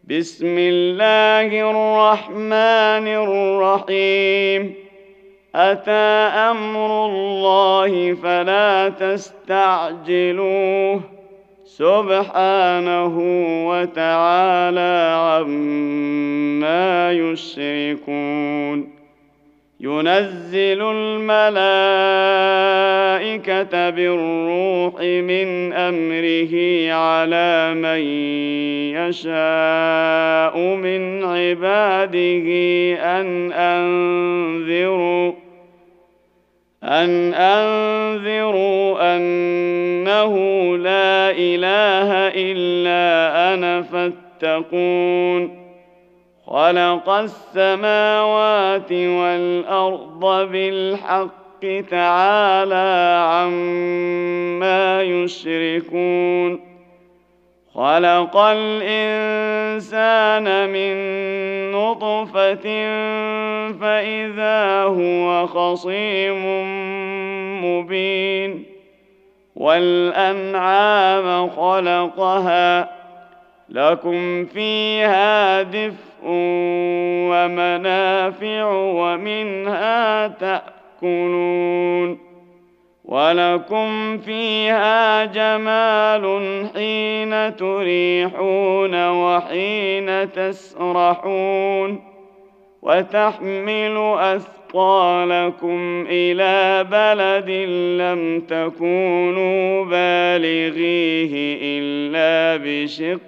بسم الله الرحمن الرحيم. أتى أمر الله فلا تستعجلوه سبحانه وتعالى عما يشركون. ينزل الملائكة بالروح من أمره على من يشاء من عباده أن أنذروا أنه لا إله إلا أنا فاتقون. خلق السماوات والأرض بالحق تعالى عما يشركون. خلق الإنسان من نطفة فإذا هو خصيم مبين. والأنعام خلقها لكم فيها دفء ومنافع ومنها تأكلون. ولكم فيها جمال حين تريحون وحين تسرحون. وتحمل أثقالكم إلى بلد لم تكونوا بالغيه إلا بشق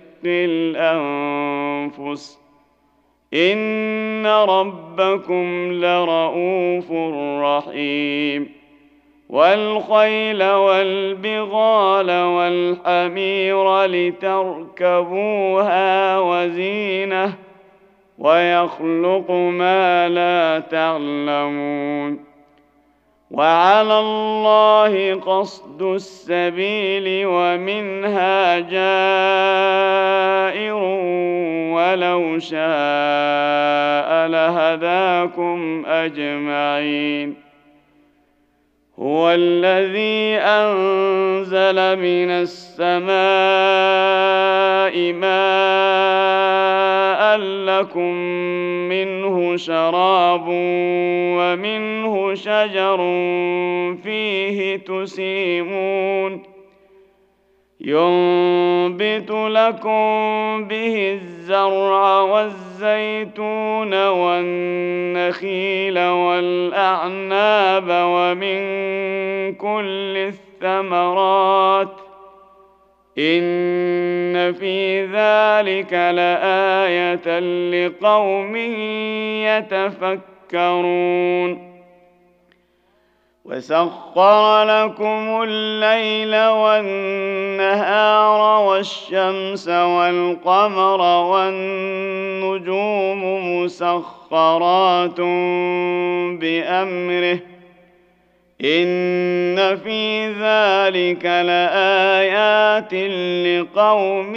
الأنفس إن ربكم لرؤوف رحيم. والخيل والبغال والحمير لتركبوها وزينة ويخلق ما لا تعلمون. وعلى الله قصد السبيل ومنها جائر ولو شاء لهداكم أجمعين. هو الذي أنزل من السماء ماء لكم منه شراب ومنه شجر فيه تسيمون. ينبت لكم به الزرع والزيتون والنخيل والأعناب ومن كل الثمرات إن في ذلك لآية لقوم يتفكرون. وسخر لكم الليل والنهار والشمس والقمر والنجوم مسخرات بأمره إن في ذلك لآيات لقوم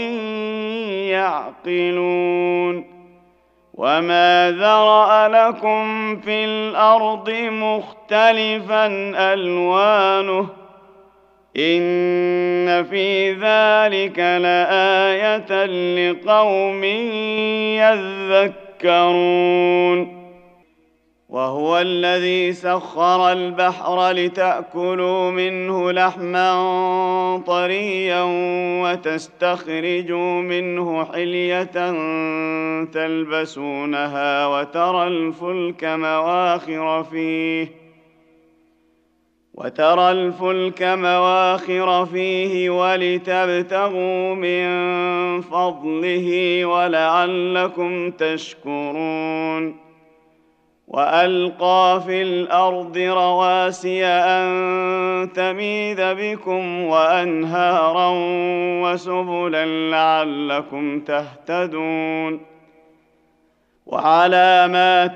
يعقلون. وما ذرأ لكم في الأرض مختلفا ألوانه إن في ذلك لآية لقوم يذكرون. وهو الذي سخر البحر لتأكلوا منه لحما طريا وتستخرجوا منه حلية تلبسونها وترى الفلك مواخر فيه ولتبتغوا من فضله ولعلكم تشكرون. وألقى في الأرض رواسي أن تميد بكم وأنهارا وسبلا لعلكم تهتدون. وعلامات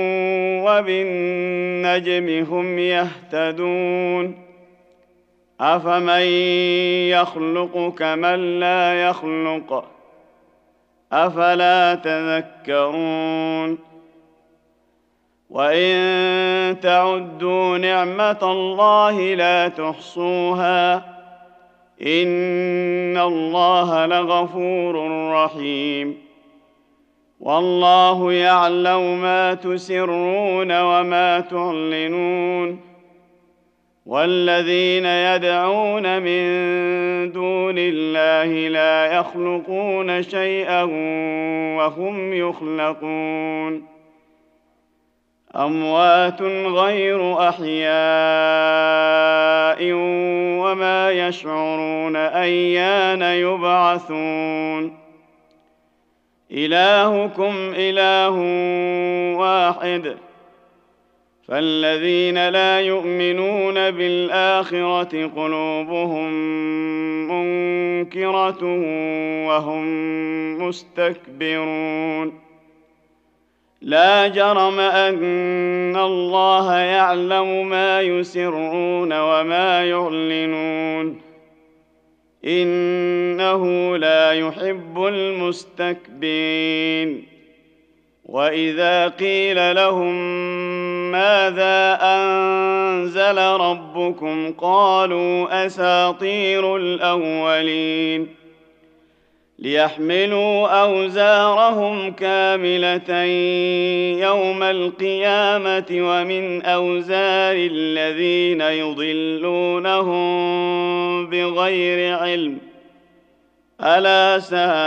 وبالنجم هم يهتدون. أفمن يخلق كمن لا يخلق أفلا تذكرون. وإن تعدوا نعمة الله لا تحصوها إن الله لغفور رحيم. والله يعلم ما تسرون وما تعلنون. والذين يدعون من دون الله لا يخلقون شيئا وهم يخلقون، أموات غير أحياء وما يشعرون أيان يبعثون. إلهكم إله واحد، فالذين لا يؤمنون بالآخرة قلوبهم منكرة وهم مستكبرون. لا جرم أن الله يعلم ما يسرون وما يعلنون، إنه لا يحب المستكبرين. وإذا قيل لهم ماذا أنزل ربكم قالوا أساطير الأولين، ليحملوا أوزارهم كاملة يوم القيامة ومن أوزار الذين يضلونهم بغير علم، ألا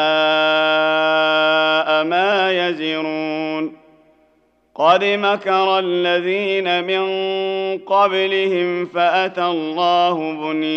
ساء ما يزرون. قد مكر الذين من قبلهم فأتى الله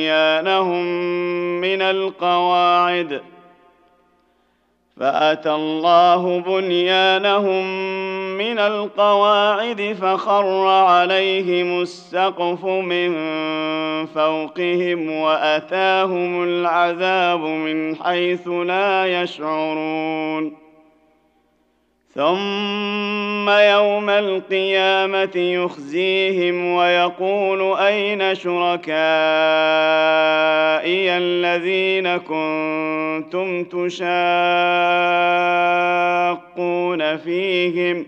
بنيانهم من القواعد فخر عليهم السقف من فوقهم وأتاهم العذاب من حيث لا يشعرون. ثم يوم القيامة يخزيهم ويقول أين شركائي الذين كنتم تشاقون فيهم؟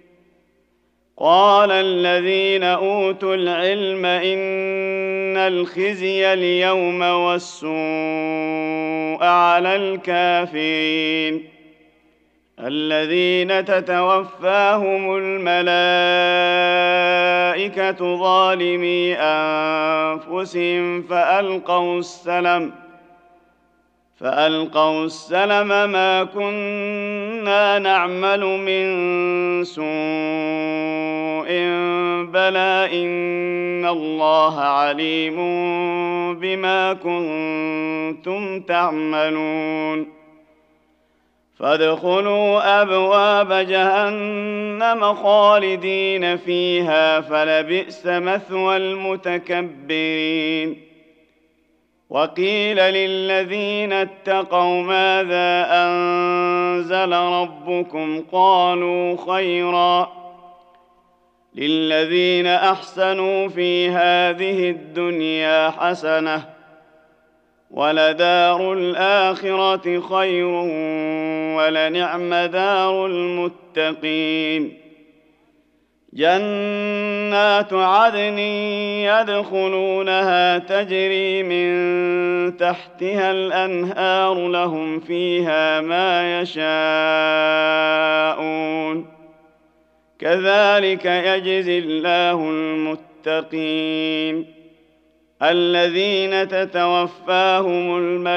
قال الذين أوتوا العلم إن الخزي اليوم والسوء على الكافرين الذين تتوفاهم الملائكة ظالمي أنفسهم فألقوا السلم ما كنا نعمل من سوء بلى إن الله عليم بما كنتم تعملون. فادخلوا أبواب جهنم خالدين فيها فلبئس مثوى المتكبرين. وقيل للذين اتقوا ماذا أنزل ربكم قالوا خيرا، للذين أحسنوا في هذه الدنيا حسنة ولدار الآخرة خير ولنعم دار المتقين. جنات عدن يدخلونها تجري من تحتها الأنهار لهم فيها ما يشاءون، كذلك يجزي الله المتقين الذين تتوفاهم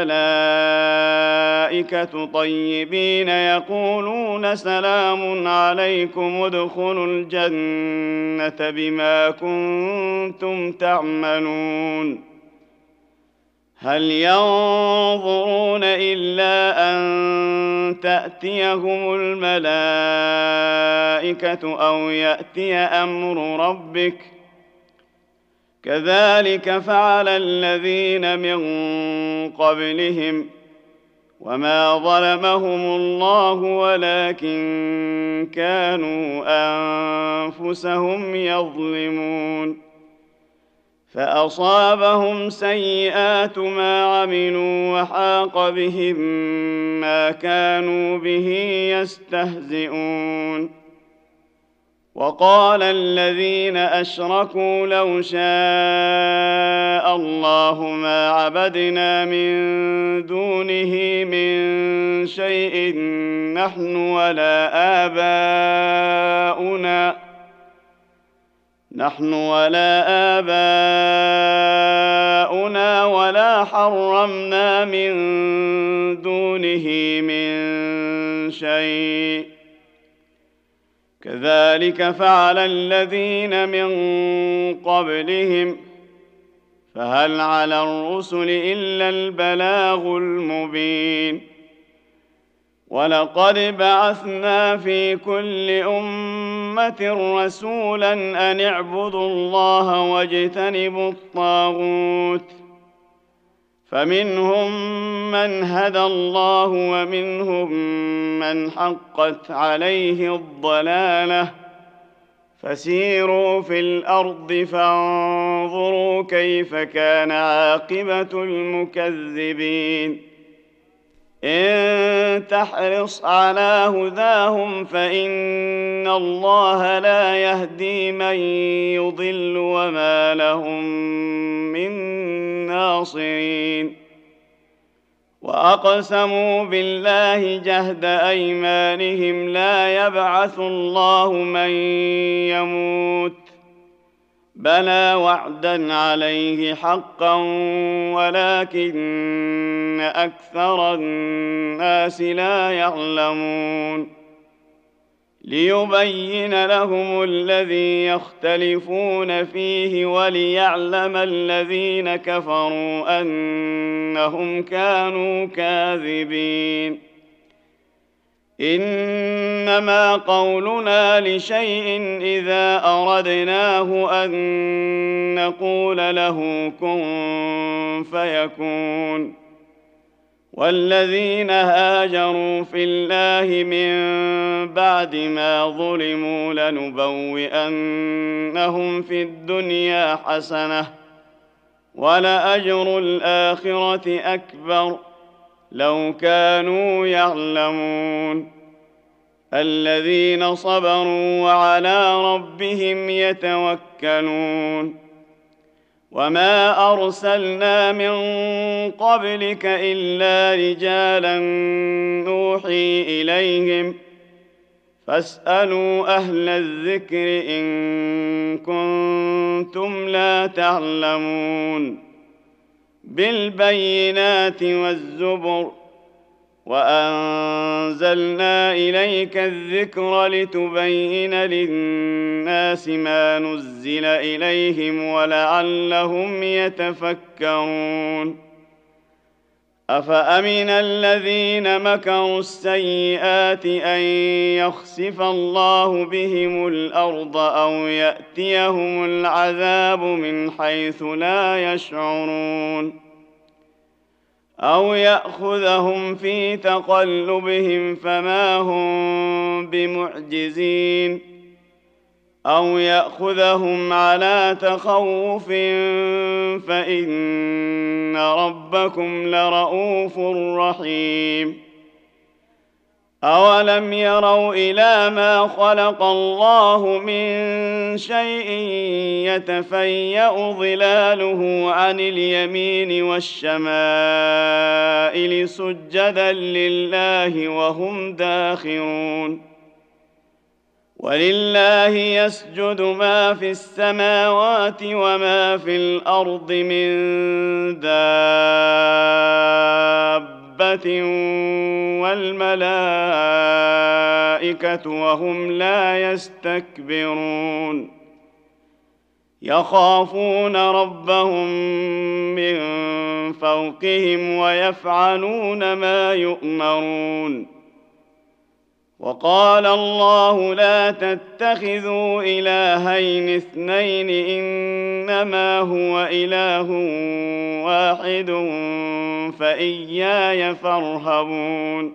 الملائكة طيبين يقولون سلام عليكم ادخلوا الجنة بما كنتم تعملون. هل ينظرون إلا أن تأتيهم الملائكة أو يأتي أمر ربك؟ كذلك فعل الذين من قبلهم وما ظلمهم الله ولكن كانوا أنفسهم يظلمون. فأصابهم سيئات ما عملوا وحاق بهم ما كانوا به يستهزئون. وقال الذين أشركوا لو شاء شاء الله ما عبدنا من دونه من شيء نحن ولا آباؤنا ولا حرمنا من دونه من شيء كذلك فعل الذين من قبلهم فهل على الرسل إلا البلاغ المبين ولقد بعثنا في كل أمة رسولا أن اعبدوا الله واجتنبوا الطاغوت فمنهم من هدى الله ومنهم من حقت عليه الضلالة فسيروا في الأرض فانظروا كيف كان عاقبة المكذبين إن تحرص على هداهم فإن الله لا يهدي من يضل وما لهم من ناصرين وأقسموا بالله جهد أيمانهم لا يبعث الله من يموت بلى وعدا عليه حقا ولكن أكثر الناس لا يعلمون ليبين لهم الذي يختلفون فيه وليعلم الذين كفروا أنهم كانوا كاذبين إنما قولنا لشيء إذا أردناه أن نقول له كن فيكون والذين هاجروا في الله من بعد ما ظلموا لنبوئنهم في الدنيا حسنة ولأجر الآخرة أكبر لو كانوا يعلمون الذين صبروا وعلى ربهم يتوكلون وما أرسلنا من قبلك إلا رجالا نوحي إليهم فاسألوا أهل الذكر إن كنتم لا تعلمون بالبينات والزبر وأنزلنا إليك الذكر لتبين للناس ما نزل إليهم ولعلهم يتفكرون أفأمن الذين مكروا السيئات أن يخسف الله بهم الأرض أو يأتيهم العذاب من حيث لا يشعرون أو يأخذهم في تقلبهم فما هم بمعجزين أو يأخذهم على تخوف فإن ربكم لرؤوف رحيم أولم يروا إلى ما خلق الله من شيء يتفيأ ظلاله عن اليمين والشمائل سجدا لله وهم داخرون ولله يسجد ما في السماوات وما في الأرض من دابة والملائكة وهم لا يستكبرون يخافون ربهم من فوقهم ويفعلون ما يؤمرون وقال الله لا تتخذوا إلهين اثنين إنما هو إله واحد فإياي فارهبون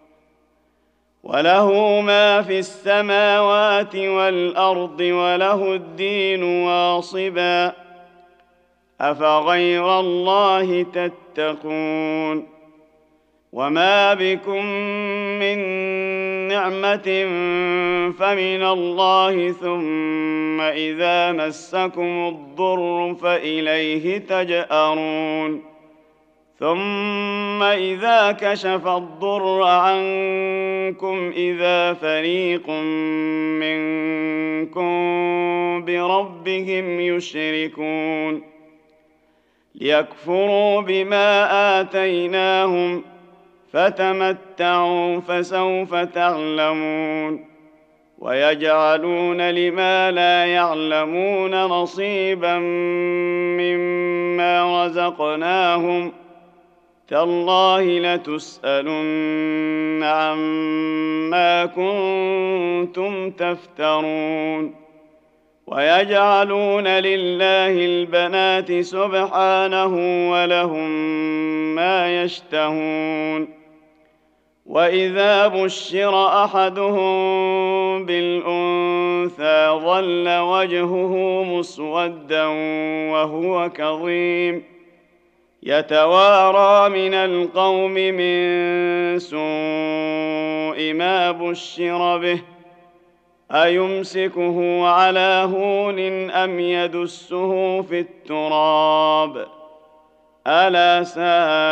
وله ما في السماوات والأرض وله الدين واصبا أفغير الله تتقون وما بكم من نعمة فمن الله، ثم إذا مسكم الضر فإليه تجأرون. ثم إذا كشف الضر عنكم إذا فريق منكم بربهم يشركون، ليكفروا بما آتيناهم، فتمتعوا فسوف تعلمون. ويجعلون لما لا يعلمون نصيبا مما رزقناهم، تالله لتسألن عما كنتم تفترون. ويجعلون لله البنات سبحانه ولهم ما يشتهون. وإذا بشر أحدهم بالأنثى ظل وجهه مسودا وهو كظيم، يتوارى من القوم من سوء ما بشر به، أيمسكه على هون أم يدسه في التراب، ألا ساء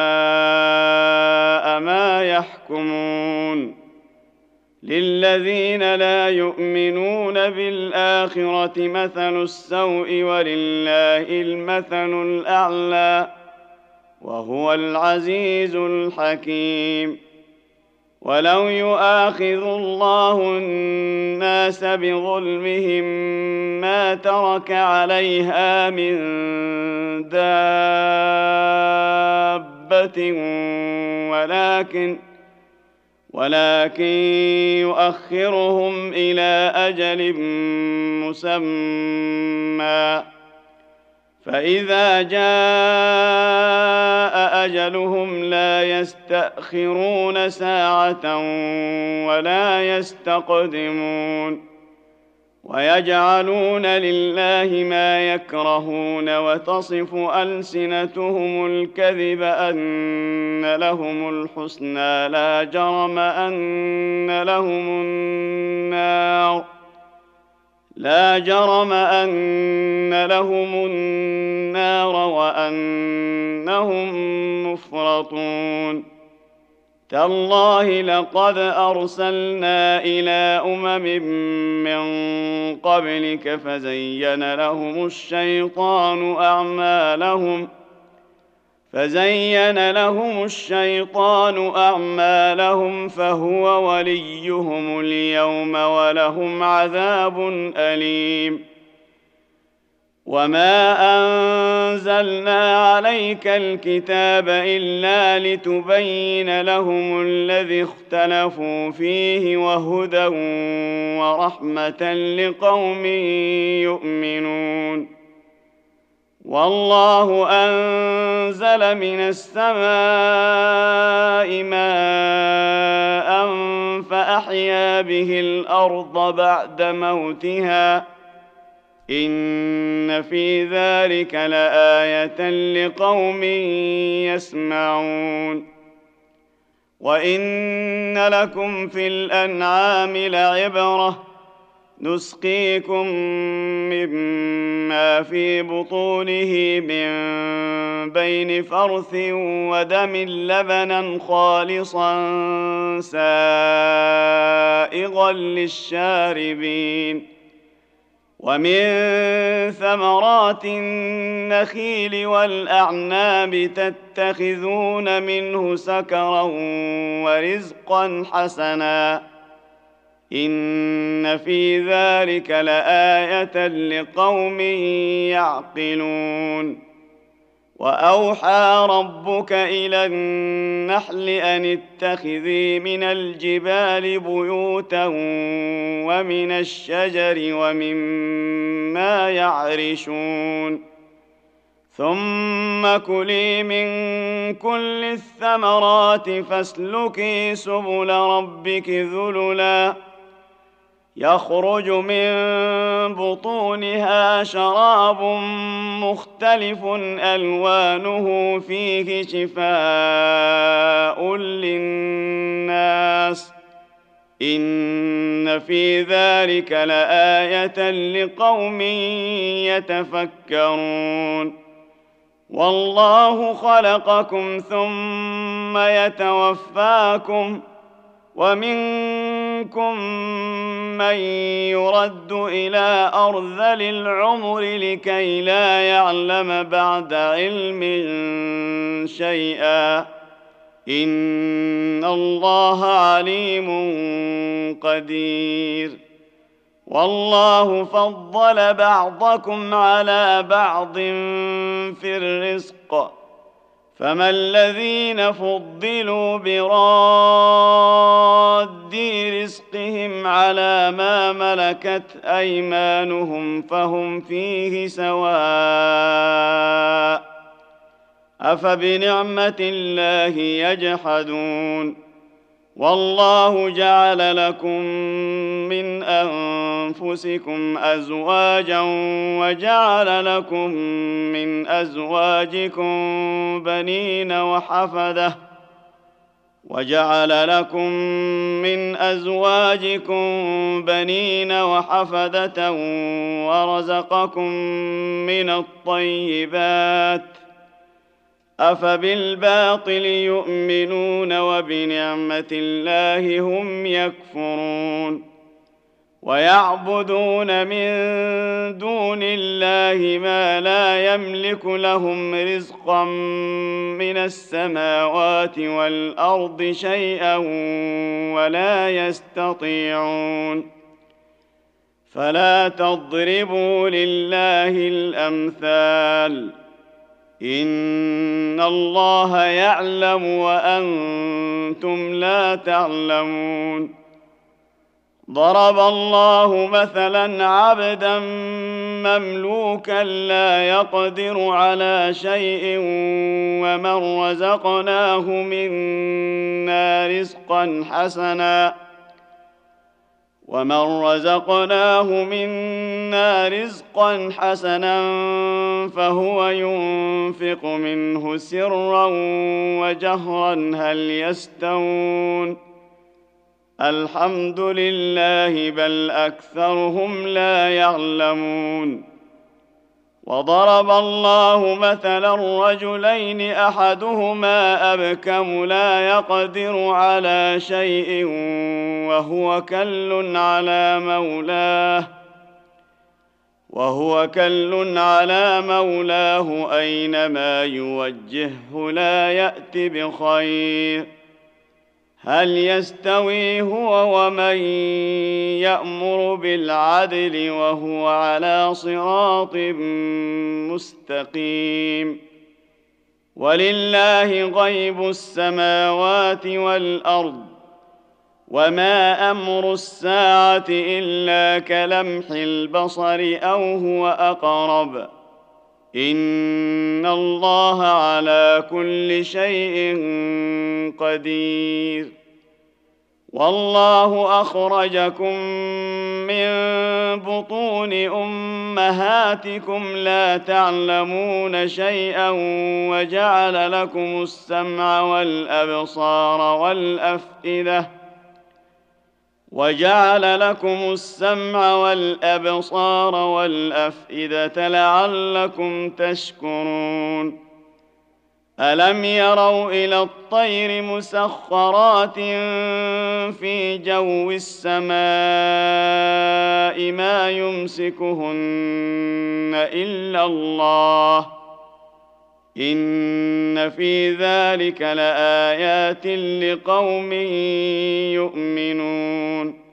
ما يحكمون. للذين لا يؤمنون بالآخرة مثل السوء ولله المثل الأعلى وهو العزيز الحكيم. ولو يؤاخذ الله الناس بظلمهم ما ترك عليها من دابة ولكن يؤخرهم إلى أجل مسمى، فإذا جاء أجلهم لا يستأخرون ساعة ولا يستقدمون. ويجعلون لله ما يكرهون وتصف ألسنتهم الكذب أن لهم الحسنى لا جرم أن لهم النار وأنهم مفرطون. تالله لقد أرسلنا إلى أمم من قبلك فزين لهم الشيطان أعمالهم فهو وليهم اليوم ولهم عذاب أليم. وما أنزلنا عليك الكتاب إلا لتبين لهم الذي اختلفوا فيه وهدى ورحمة لقوم يؤمنون. والله أنزل من السماء ماء فأحيا به الأرض بعد موتها، إن في ذلك لآية لقوم يسمعون. وإن لكم في الأنعام لعبرة، نسقيكم مما في بطونه من بين فرث ودم لبنا خالصا سائغا للشاربين، ومن ثمرات النخيل والأعناب تتخذون منه سكرا ورزقا حسنا، إن في ذلك لآية لقوم يعقلون. وأوحى ربك إلى النحل أن اتخذي من الجبال بيوتا ومن الشجر ومما يعرشون، ثم كلي من كل الثمرات فاسلكي سبل ربك ذللا يخرج من بطونها شراب مختلف ألوانه فيه شفاء للناس إن في ذلك لآية لقوم يتفكرون والله خلقكم ثم يتوفاكم ومنكم من يرد إلى أرذل العمر لكي لا يعلم بعد علم شيئا إن الله عليم قدير والله فضل بعضكم على بعض في الرزق فما الذين فضلوا براد رزقهم على ما ملكت أيمانهم فهم فيه سواء أفبنعمة الله يجحدون والله جعل لكم من أنفسكم أزواجا وجعل لكم من أزواجكم بنين وحفدة ورزقكم من الطيبات أفبالباطل يؤمنون وبنعمة الله هم يكفرون ويعبدون من دون الله ما لا يملك لهم رزقا من السماوات والأرض شيئا ولا يستطيعون فلا تضربوا لله الأمثال إن الله يعلم وأنتم لا تعلمون ضرب الله مثلا عبدا مملوكا لا يقدر على شيء ومن رزقناه منا رزقا حسنا فهو ينفق منه سرا وجهرا هل يستوون الحمد لله بل أكثرهم لا يعلمون وضرب الله مثلا رجلين أحدهما أبكم لا يقدر على شيء وهو كل على مولاه أينما يوجهه لا يأت بخير هل يستوي هو ومن يأمر بالعدل وهو على صراط مستقيم ولله غيب السماوات والأرض وما أمر الساعة إلا كلمح البصر أو هو أقرب إن الله على كل شيء قدير والله أخرجكم من بطون أمهاتكم لا تعلمون شيئا وجعل لكم السمع والأبصار والأفئدة لعلكم تشكرون ألم يروا إلى الطير مسخرات في جو السماء ما يمسكهن إلا الله إن في ذلك لآيات لقوم يؤمنون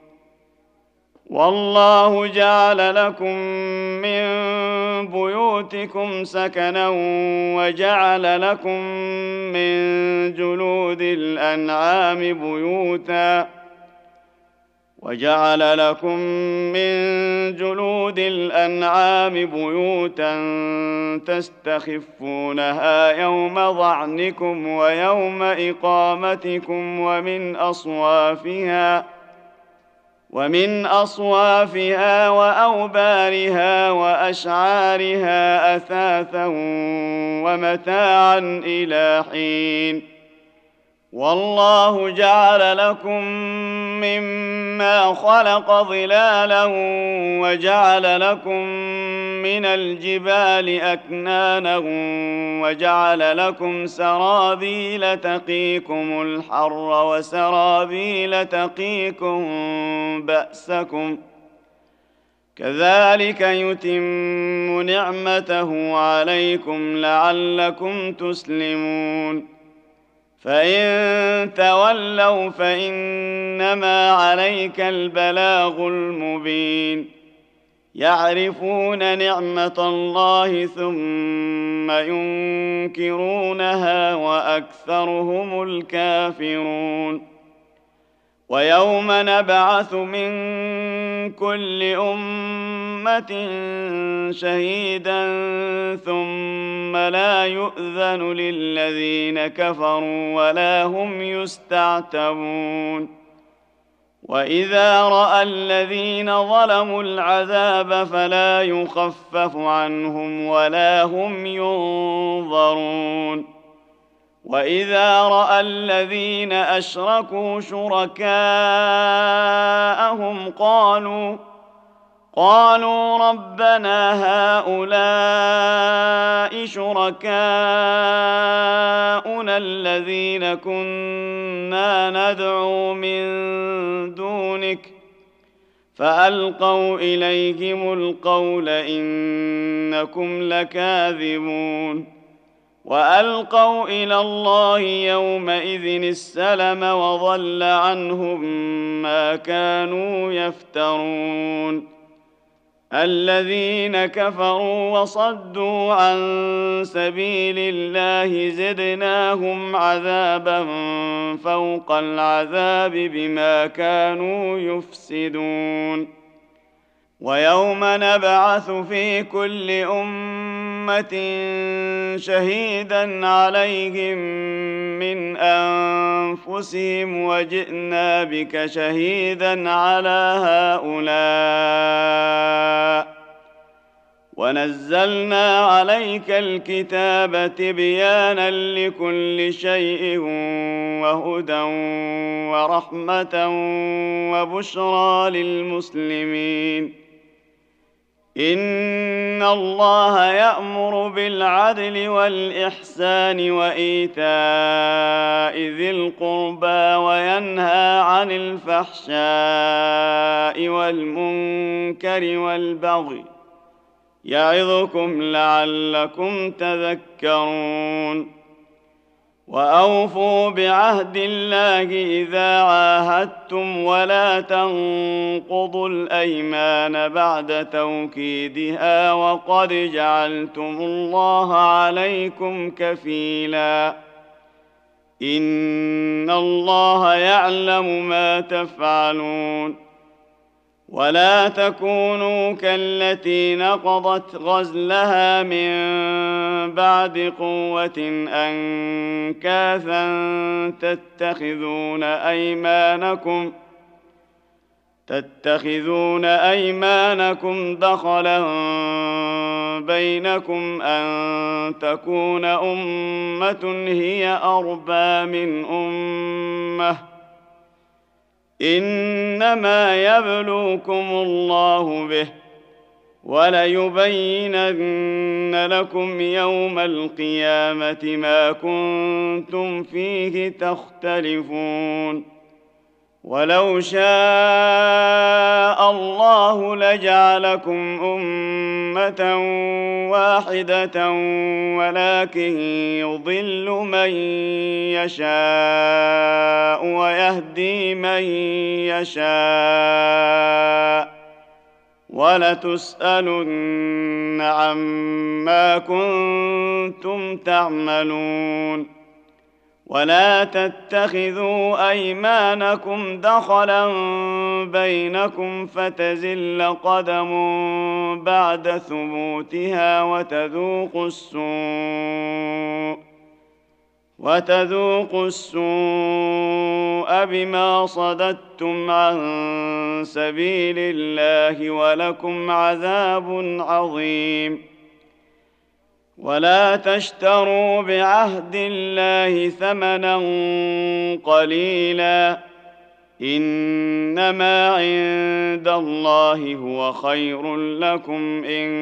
والله جعل لكم من بيوتكم سكنا وجعل لكم من جلود الأنعام بيوتا تستخفونها يوم ظعنكم ويوم إقامتكم ومن أصوافها وأوبارها وأشعارها أثاثا ومتاعا إلى حين. والله جعل لكم مما خلق ظلالا وجعل لكم من الجبال أكنانا وجعل لكم سرابيل تقيكم الحر وسرابيل تقيكم بأسكم كذلك يتم نعمته عليكم لعلكم تسلمون. فإن تولوا فإنما عليك البلاغ المبين. يعرفون نعمة الله ثم ينكرونها وأكثرهم الكافرون. ويوم نبعث من كل أمة شهيدا ثم لا يؤذن للذين كفروا ولا هم يستعتبون. وإذا رأى الذين ظلموا العذاب فلا يخفف عنهم ولا هم ينظرون. وإذا رأى الذين أشركوا شركاءهم قالوا ربنا هؤلاء شركاؤنا الذين كنا ندعو من دونك فألقوا إليهم القول إنكم لكاذبون. وألقوا إلى الله يومئذ السلم وضل عنهم ما كانوا يفترون. الذين كفروا وصدوا عن سبيل الله زدناهم عذابا فوق العذاب بما كانوا يفسدون. ويوم نبعث في كل أمة شهيدا عليهم من أنفسهم وجئنا بك شهيدا على هؤلاء ونزلنا عليك الكتاب تبيانا لكل شيء وهدى ورحمة وبشرى للمسلمين. إن الله يأمر بالعدل والإحسان وإيتاء ذي القربى وينهى عن الفحشاء والمنكر والبغي يعظكم لعلكم تذكرون. وأوفوا بعهد الله إذا عاهدتم ولا تنقضوا الأيمان بعد توكيدها وقد جعلتم الله عليكم كفيلا. إن الله يعلم ما تفعلون. ولا تكونوا كالتي نقضت غزلها من بعد قوة أنكاثا تتخذون أيمانكم دخلا بينكم أن تكون أمة هي أربى من أمة إنما يبلوكم الله به وليبينن لكم يوم القيامة ما كنتم فيه تختلفون. ولو شاء الله لجعلكم أمة واحدة ولكن يضل من يشاء ويهدي من يشاء ولتسألن عما كنتم تعملون. ولا تتخذوا أيمانكم دخلا بينكم فتزل قدم بعد ثبوتها وتذوقوا السوء بما صددتم عن سبيل الله ولكم عذاب عظيم. ولا تشتروا بعهد الله ثمنا قليلا، إنما عند الله هو خير لكم إن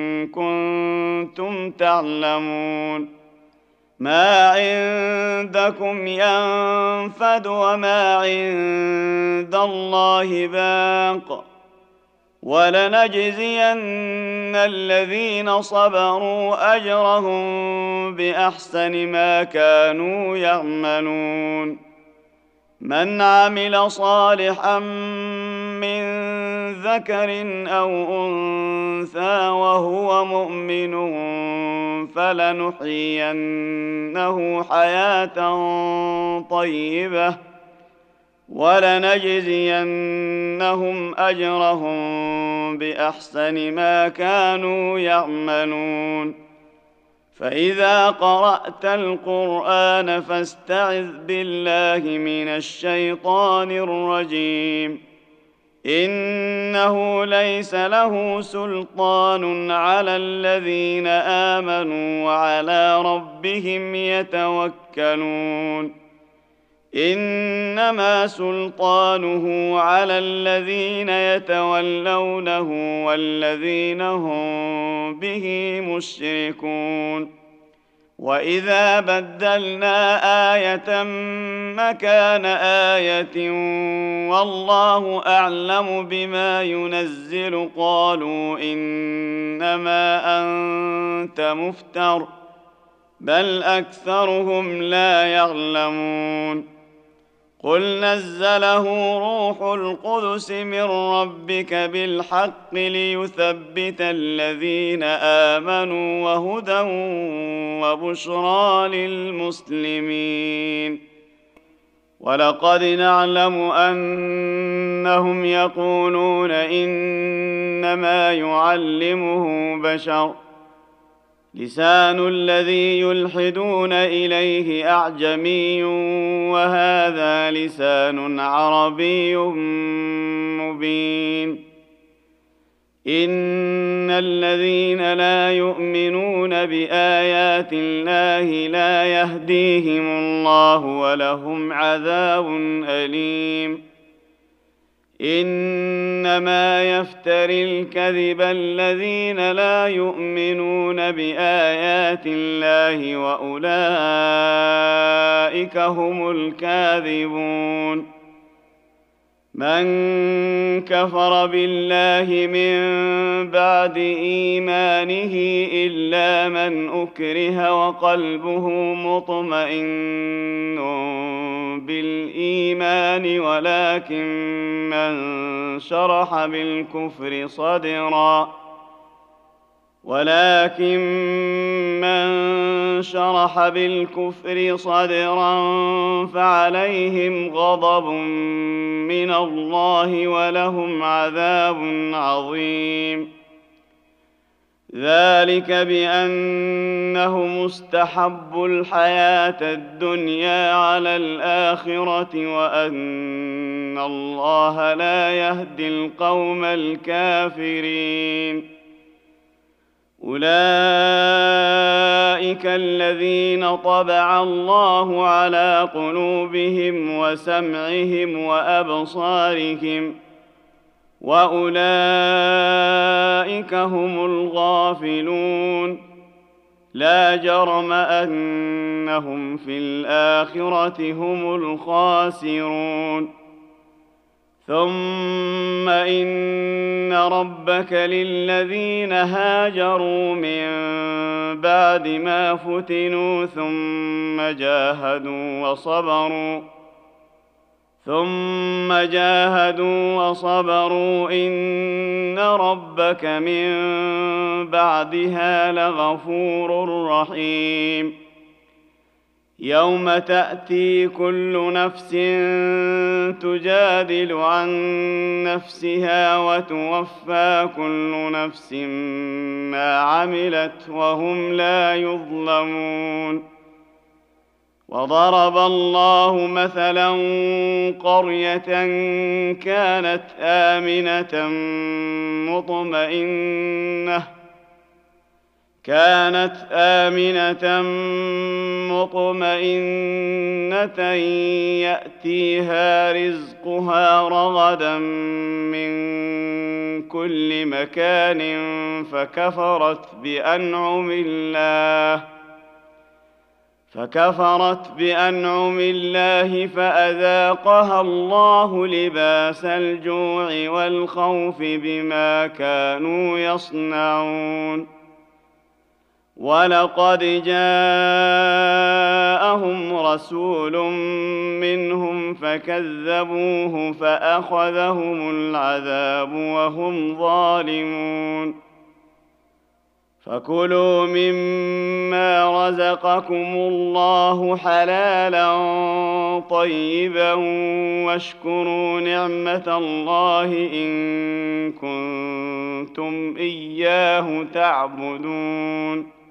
كنتم تعلمون. ما عندكم ينفد وما عند الله باق، ولنجزين الذين صبروا أجرهم بأحسن ما كانوا يعملون. من عمل صالحا من ذكر أو أنثى وهو مؤمن فلنحيينه حياة طيبة ولنجزينهم أجرهم بأحسن ما كانوا يعملون. فإذا قرأت القرآن فاستعذ بالله من الشيطان الرجيم، إنه ليس له سلطان على الذين آمنوا وعلى ربهم يتوكلون. إنما سلطانه على الذين يتولونه والذين هم به مشركون. وإذا بدلنا آية مكان آية والله أعلم بما ينزل قالوا إنما أنت مفتر بل أكثرهم لا يعلمون. قل نزله روح القدس من ربك بالحق ليثبت الذين آمنوا وهدى وبشرى للمسلمين. ولقد نعلم أنهم يقولون إنما يعلمه بشر، لسان الذي يلحدون إليه أعجمي وهذا لسان عربي مبين. إن الذين لا يؤمنون بآيات الله لا يهديهم الله ولهم عذاب أليم. إنما يفتري الكذب الذين لا يؤمنون بآيات الله وأولئك هم الكاذبون. من كفر بالله من بعد إيمانه إلا من أكره وقلبه مطمئن بالإيمان ولكن من شرح بالكفر صدرا فعليهم غضب من الله ولهم عذاب عظيم. ذلك بأنه مستحب الحياة الدنيا على الآخرة وأن الله لا يهدي القوم الكافرين. أولئك الذين طبع الله على قلوبهم وسمعهم وأبصارهم وأولئك هم الغافلون. لا جرم أنهم في الآخرة هم الخاسرون. ثم إن ربك للذين هاجروا من بعد ما فتنوا ثم جاهدوا وصبروا إن ربك من بعدها لغفور رحيم. يوم تأتي كل نفس تجادل عن نفسها وتوفى كل نفس ما عملت وهم لا يظلمون. وضرب الله مثلا قرية كانت آمنة مطمئنة يأتيها رزقها رغدا من كل مكان فكفرت بأنعم الله فأذاقها الله لباس الجوع والخوف بما كانوا يصنعون. ولقد جاءهم رسول منهم فكذبوه فأخذهم العذاب وهم ظالمون. فكلوا مما رزقكم الله حلالا طيبا واشكروا نعمة الله إن كنتم إياه تعبدون.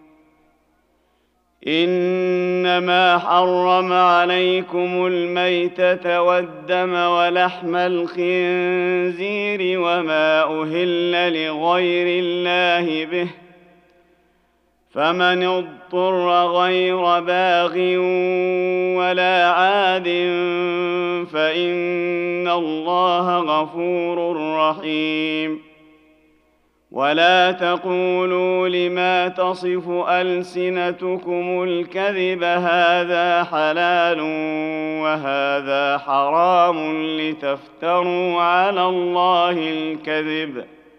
إنما حرم عليكم الميتة والدم ولحم الخنزير وما أهل لغير الله به، فمن اضطر غير باغ ولا عاد فإن الله غفور رحيم. ولا تقولوا لما تصف ألسنتكم الكذب هذا حلال وهذا حرام لتفتروا على الله الكذب،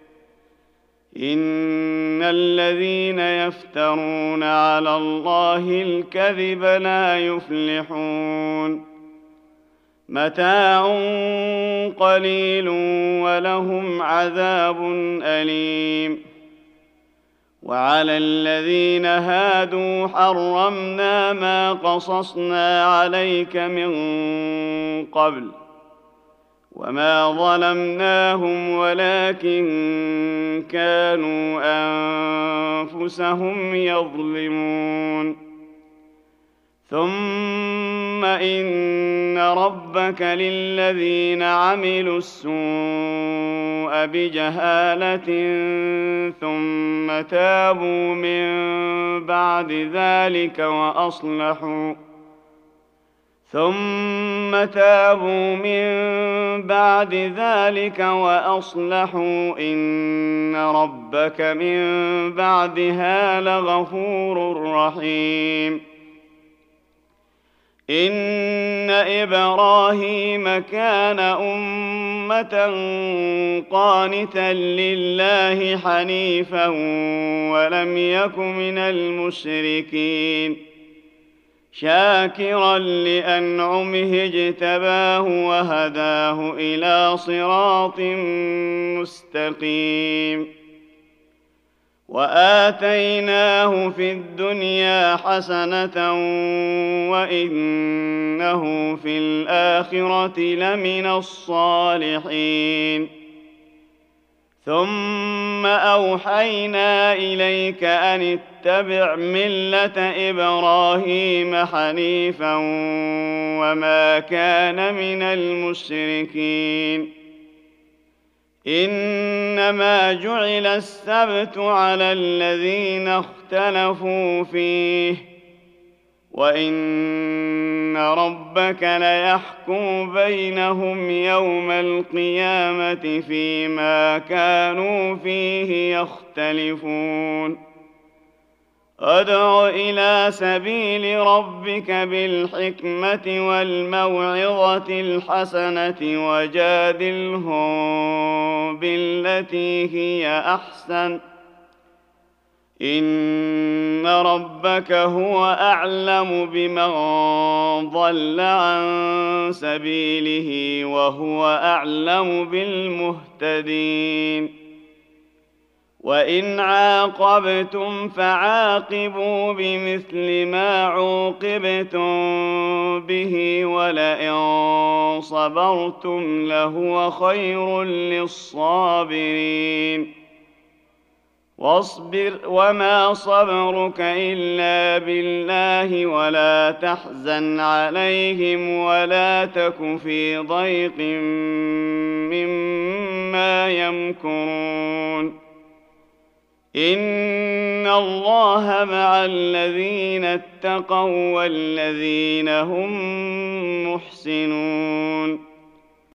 إن الذين يفترون على الله الكذب لا يفلحون. متاع قليل ولهم عذاب أليم. وعلى الذين هادوا حرمنا ما قصصنا عليك من قبل وما ظلمناهم ولكن كانوا أنفسهم يظلمون. ثم إن ربك للذين عملوا السوء بجهالة ثم تابوا من بعد ذلك وأصلحوا إن ربك من بعدها لغفور رحيم. إن إبراهيم كان أمة قانتا لله حنيفا ولم يك من المشركين، شاكرا لأنعمه اجتباه وهداه إلى صراط مستقيم. وآتيناه في الدنيا حسنة وإنه في الآخرة لمن الصالحين. ثم أوحينا إليك أن اتبع ملة إبراهيم حنيفا وما كان من المشركين. إنما جعل السبت على الذين اختلفوا فيه وإن ربك ليحكم بينهم يوم القيامة فيما كانوا فيه يختلفون. ادع إلى سبيل ربك بالحكمة والموعظة الحسنة وجادلهم بالتي هي أحسن، إن ربك هو أعلم بمن ضل عن سبيله وهو أعلم بالمهتدين. وإن عاقبتم فعاقبوا بمثل ما عوقبتم به ولئن صبرتم لهو خير للصابرين. واصبر وما صبرك إلا بالله ولا تحزن عليهم ولا تك في ضيق مما يمكرون إن الله مع الذين اتقوا والذين هم محسنون